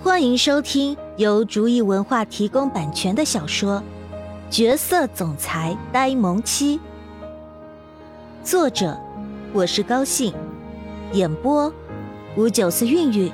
欢迎收听由竹意文化提供版权的小说《角色总裁呆萌妻》，作者我是高兴，演播594韵韵。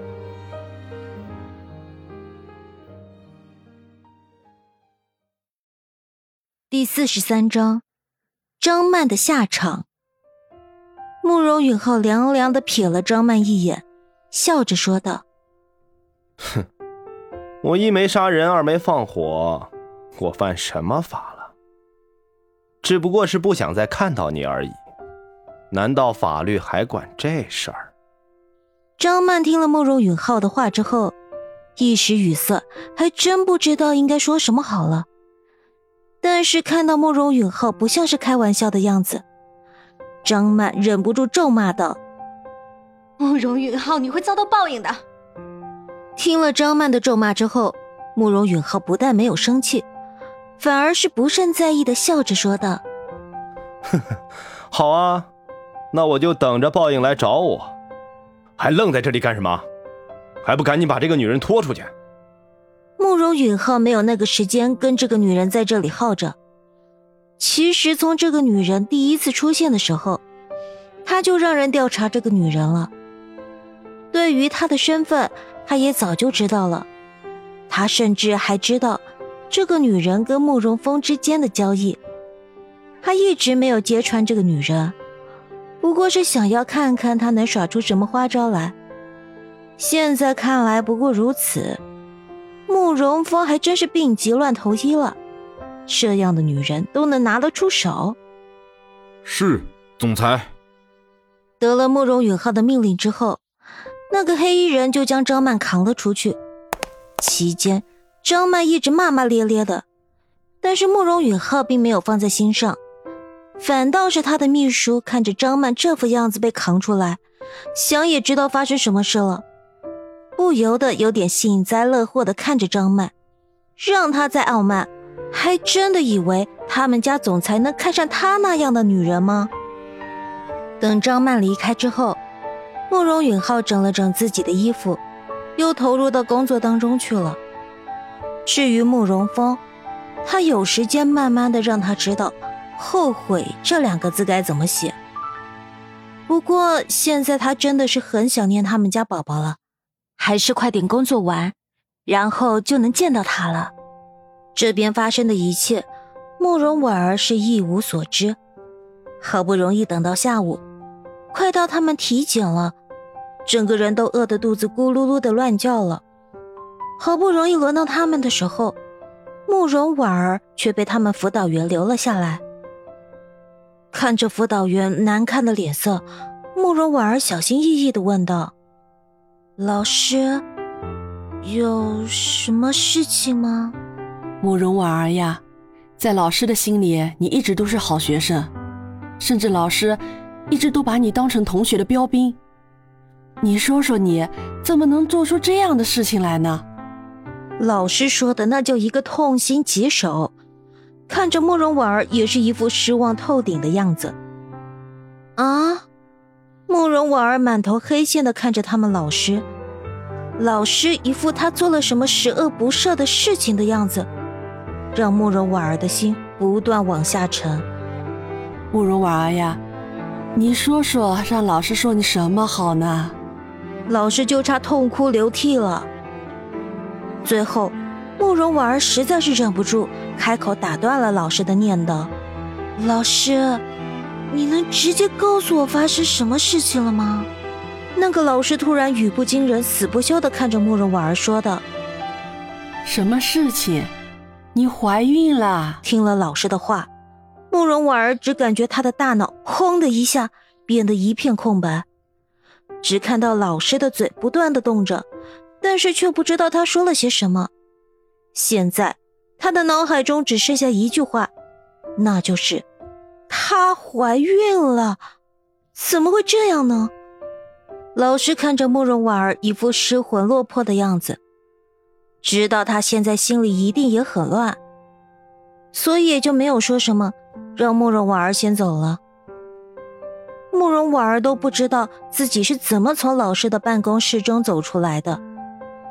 第43章，张曼的下场。慕容允浩凉凉地瞥了张曼一眼，笑着说道： 哼，我一没杀人，二没放火，我犯什么法了？只不过是不想再看到你而已。难道法律还管这事儿？ 张曼听了慕容允浩的话之后，一时语塞，还真不知道应该说什么好了。但是看到慕容允浩不像是开玩笑的样子，张曼忍不住咒骂道： 慕容允浩，你会遭到报应的。 听了张曼的咒骂之后，慕容允浩不但没有生气，反而是不甚在意的笑着说道： 呵呵，好啊，那我就等着报应来找我。还愣在这里干什么？还不赶紧把这个女人拖出去！ 慕容允浩没有那个时间跟这个女人在这里耗着。其实从这个女人第一次出现的时候，他就让人调查这个女人了。对于她的身份，他也早就知道了。他甚至还知道这个女人跟慕容峰之间的交易。他一直没有揭穿这个女人，不过是想要看看她能耍出什么花招来。现在看来不过如此。慕容峰还真是病急乱投医了，这样的女人都能拿得出手。 是，总裁。 得了慕容允浩的命令之后，那个黑衣人就将张曼扛了出去。期间张曼一直骂骂咧咧的，但是慕容允浩并没有放在心上，反倒是他的秘书看着张曼这副样子被扛出来，想也知道发生什么事了，不由得有点幸灾乐祸地看着张曼，让他再傲慢，还真的以为他们家总裁能看上他那样的女人吗？等张曼离开之后，慕容允浩整了整自己的衣服，又投入到工作当中去了。至于慕容峰，他有时间慢慢的让他知道后悔这2个字该怎么写。不过现在他真的是很想念他们家宝宝了，还是快点工作完，然后就能见到他了。这边发生的一切，慕容婉儿是一无所知。好不容易等到下午，快到他们体检了，整个人都饿得肚子咕噜噜的乱叫了。好不容易轮到他们的时候，慕容婉儿却被他们辅导员留了下来。看着辅导员难看的脸色，慕容婉儿小心翼翼地问道：老师，有什么事情吗？ 慕容婉儿呀，在老师的心里，你一直都是好学生，甚至老师一直都把你当成同学的标兵。你说说你怎么能做出这样的事情来呢？ 老师说的那叫一个痛心疾首，看着慕容婉儿也是一副失望透顶的样子。啊！慕容婉儿满头黑线地看着他们老师，老师一副他做了什么十恶不赦的事情的样子，让慕容婉儿的心不断往下沉。 慕容婉儿呀，你说说让老师说你什么好呢？ 老师就差痛哭流涕了。最后慕容婉儿实在是忍不住开口打断了老师的念叨：老师，你能直接告诉我发生什么事情了吗？那个老师突然语不惊人死不休地看着慕容婉儿说道： 什么事情？你怀孕了。 听了老师的话，慕容婉儿只感觉她的大脑轰的一下变得一片空白，只看到老师的嘴不断地动着，但是却不知道他说了些什么。现在她的脑海中只剩下一句话，那就是她怀孕了。怎么会这样呢？老师看着慕容婉儿一副失魂落魄的样子，知道她现在心里一定也很乱，所以也就没有说什么，让慕容婉儿先走了。慕容婉儿都不知道自己是怎么从老师的办公室中走出来的，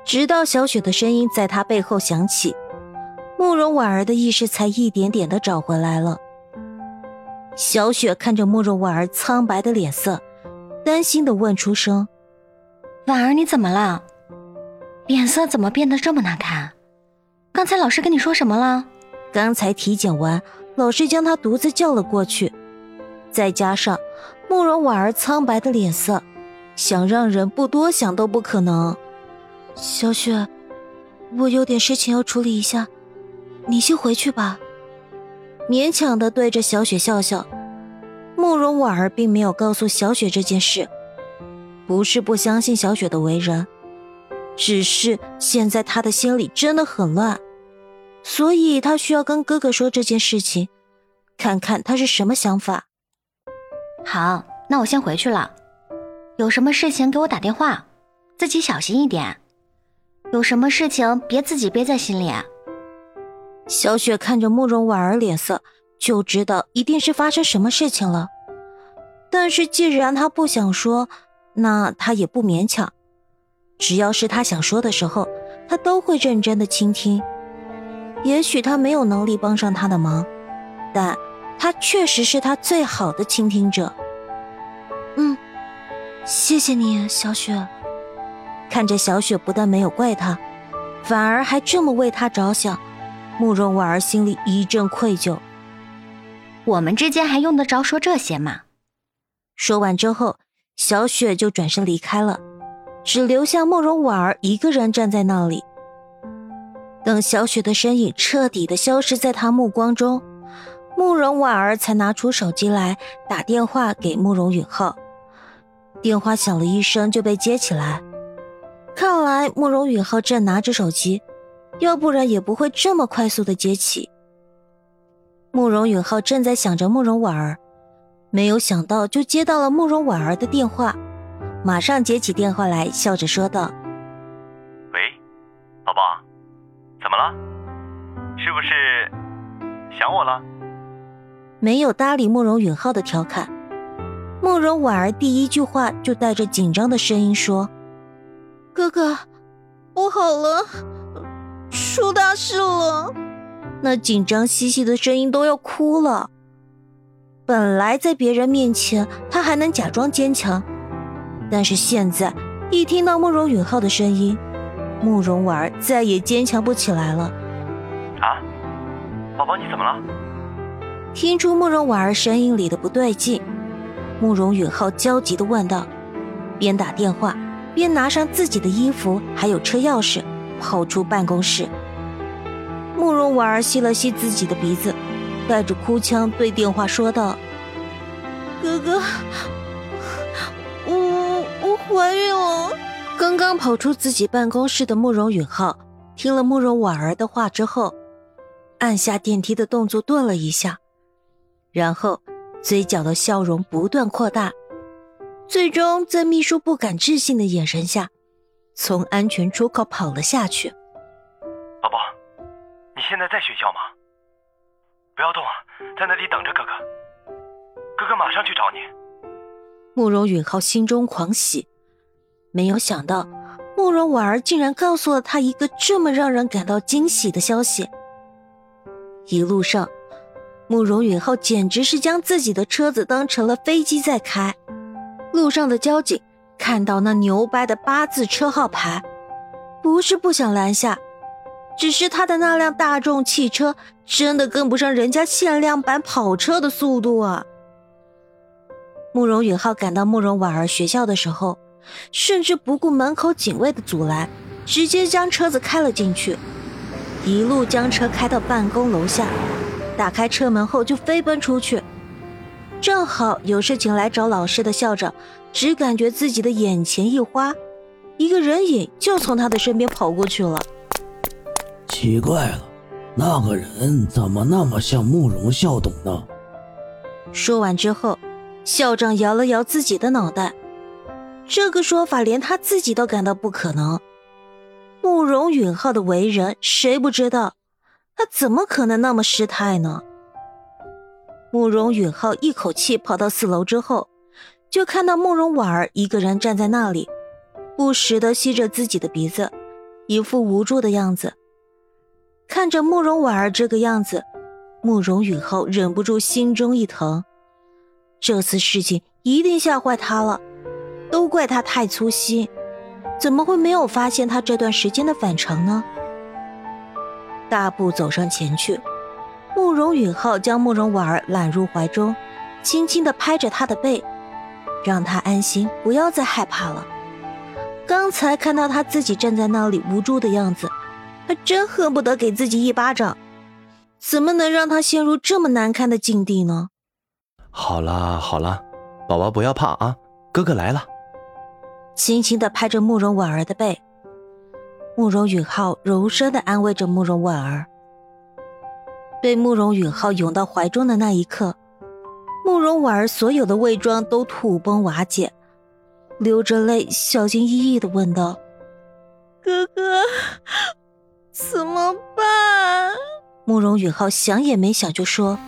直到小雪的声音在他背后响起，慕容婉儿的意识才一点点地找回来了。小雪看着慕容婉儿苍白的脸色，担心地问出声： 婉儿，你怎么了？脸色怎么变得这么难看？刚才老师跟你说什么了？ 刚才体检完，老师将她独自叫了过去，再加上慕容婉儿苍白的脸色，想让人不多想都不可能。小雪，我有点事情要处理一下，你先回去吧。勉强地对着小雪笑笑。慕容婉儿并没有告诉小雪这件事，不是不相信小雪的为人，只是现在她的心里真的很乱，所以她需要跟哥哥说这件事情，看看他是什么想法。 好，那我先回去了。有什么事情给我打电话，自己小心一点。有什么事情别自己憋在心里。 小雪看着慕容婉儿脸色，就知道一定是发生什么事情了。但是既然她不想说，那她也不勉强。只要是她想说的时候，她都会认真的倾听。也许她没有能力帮上她的忙，但她确实是她最好的倾听者。谢谢你，小雪。看着小雪不但没有怪她，反而还这么为她着想，慕容婉儿心里一阵愧疚。 我们之间还用得着说这些吗？ 说完之后，小雪就转身离开了，只留下慕容婉儿一个人站在那里。等小雪的身影彻底的消失在她目光中，慕容婉儿才拿出手机来打电话给慕容允浩。电话响了一声就被接起来，看来慕容允浩正拿着手机，要不然也不会这么快速的接起。慕容允浩正在想着慕容婉儿，没有想到就接到了慕容婉儿的电话，马上接起电话来，笑着说道： 喂，宝宝，怎么了？是不是想我了？ 没有搭理慕容允浩的调侃，慕容婉儿第一句话就带着紧张的声音说：哥哥，我好了，出大事了。那紧张兮兮的声音都要哭了。本来在别人面前她还能假装坚强，但是现在一听到慕容允浩的声音，慕容婉儿再也坚强不起来了。 啊，宝宝你怎么了？ 听出慕容婉儿声音里的不对劲，慕容允浩焦急地问道，边打电话边拿上自己的衣服还有车钥匙跑出办公室。慕容婉儿吸了吸自己的鼻子，带着哭腔对电话说道：哥哥，我怀孕了。刚刚跑出自己办公室的慕容允浩听了慕容婉儿的话之后，按下电梯的动作顿了一下，然后嘴角的笑容不断扩大，最终在秘书不敢置信的眼神下，从安全出口跑了下去。 宝宝，你现在在学校吗？不要动啊，在那里等着哥哥，哥哥马上去找你。 慕容允浩心中狂喜，没有想到慕容婉儿竟然告诉了他一个这么让人感到惊喜的消息。一路上，慕容允浩简直是将自己的车子当成了飞机在开。路上的交警看到那牛掰的8字车号牌，不是不想拦下，只是他的那辆大众汽车真的跟不上人家限量版跑车的速度啊。慕容允浩赶到慕容婉儿学校的时候，甚至不顾门口警卫的阻拦，直接将车子开了进去，一路将车开到办公楼下，打开车门后就飞奔出去。正好有事情来找老师的校长只感觉自己的眼前一花，一个人影就从他的身边跑过去了。 奇怪了，那个人怎么那么像慕容校董呢？ 说完之后，校长摇了摇自己的脑袋，这个说法连他自己都感到不可能。慕容允浩的为人谁不知道，他怎么可能那么失态呢？慕容允浩一口气跑到4楼之后，就看到慕容婉儿一个人站在那里，不时地吸着自己的鼻子， 一副无助的样子。看着慕容婉儿这个样子，慕容允浩忍不住心中一疼。这次事情一定吓坏他了，都怪他太粗心，怎么会没有发现他这段时间的反常呢？大步走上前去，慕容允浩将慕容婉儿揽入怀中，轻轻地拍着她的背，让她安心，不要再害怕了。刚才看到她自己站在那里无助的样子，他真恨不得给自己一巴掌，怎么能让她陷入这么难堪的境地呢？ 好啦好啦，宝宝不要怕啊，哥哥来了。 轻轻地拍着慕容婉儿的背，慕容允浩柔声地安慰着慕容婉儿。被慕容允浩拥到怀中的那一刻，慕容婉儿所有的伪装都土崩瓦解，流着泪小心翼翼地问道：哥哥，怎么办？慕容允浩想也没想就说：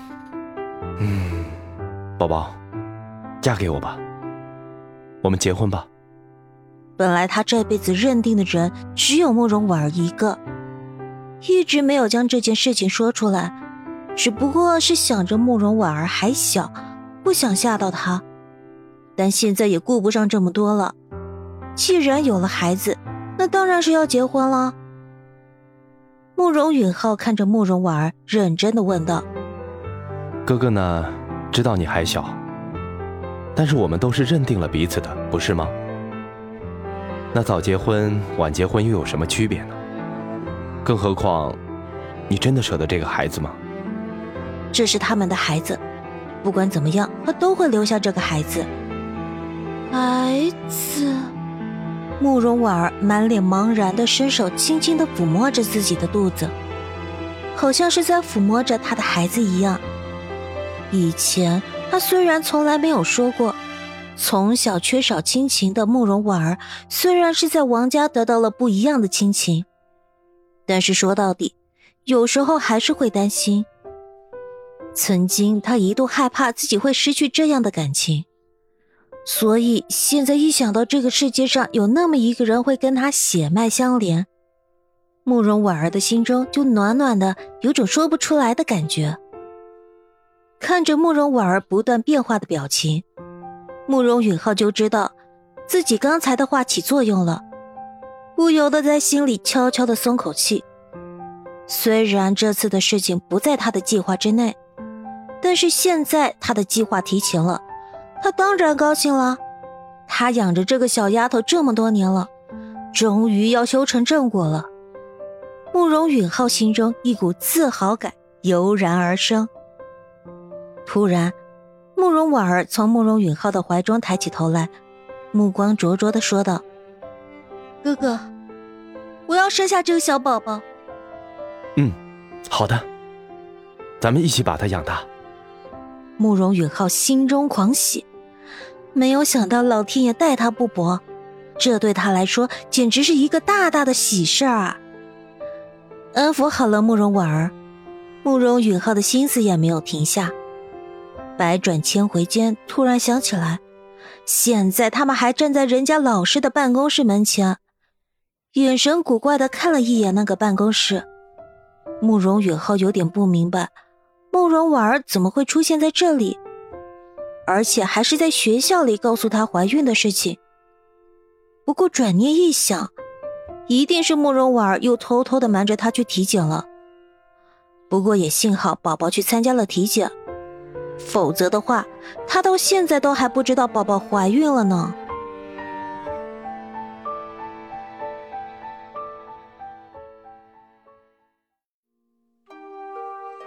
宝宝，嫁给我吧，我们结婚吧。 本来他这辈子认定的人只有慕容婉儿一个，一直没有将这件事情说出来，只不过是想着慕容婉儿还小，不想吓到她。但现在也顾不上这么多了，既然有了孩子，那当然是要结婚了。慕容允浩看着慕容婉儿，认真地问道： 哥哥呢，知道你还小，但是我们都是认定了彼此的，不是吗？那早结婚晚结婚又有什么区别呢？更何况你真的舍得这个孩子吗？ 这是他们的孩子，不管怎么样他都会留下这个孩子。孩子？慕容婉儿满脸茫然地伸手轻轻地抚摸着自己的肚子，好像是在抚摸着他的孩子一样。以前他虽然从来没有说过，从小缺少亲情的慕容婉儿虽然是在王家得到了不一样的亲情，但是说到底有时候还是会担心。曾经他一度害怕自己会失去这样的感情，所以现在一想到这个世界上有那么一个人会跟他血脉相连，慕容婉儿的心中就暖暖的，有种说不出来的感觉。看着慕容婉儿不断变化的表情，慕容允浩就知道自己刚才的话起作用了，不由得在心里悄悄地松口气。虽然这次的事情不在他的计划之内，但是现在他的计划提前了，他当然高兴了。他养着这个小丫头这么多年了，终于要修成正果了。慕容允浩心中一股自豪感油然而生。突然，慕容婉儿从慕容允浩的怀中抬起头来，目光灼灼地说道：哥哥，我要生下这个小宝宝。 好的，咱们一起把他养大。 慕容允浩心中狂喜，没有想到老天爷待他不薄，这对他来说简直是一个大大的喜事啊！安抚好了慕容婉儿，慕容允浩的心思也没有停下。百转千回间，突然想起来，现在他们还站在人家老师的办公室门前，眼神古怪地看了一眼那个办公室。慕容允浩有点不明白，慕容婉儿怎么会出现在这里，而且还是在学校里告诉她怀孕的事情。不过转念一想，一定是慕容婉儿又偷偷地瞒着她去体检了。不过也幸好宝宝去参加了体检，否则的话，她到现在都还不知道宝宝怀孕了呢。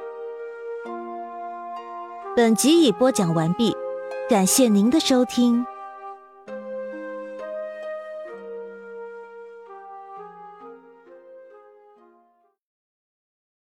本集已播讲完毕，感谢您的收听。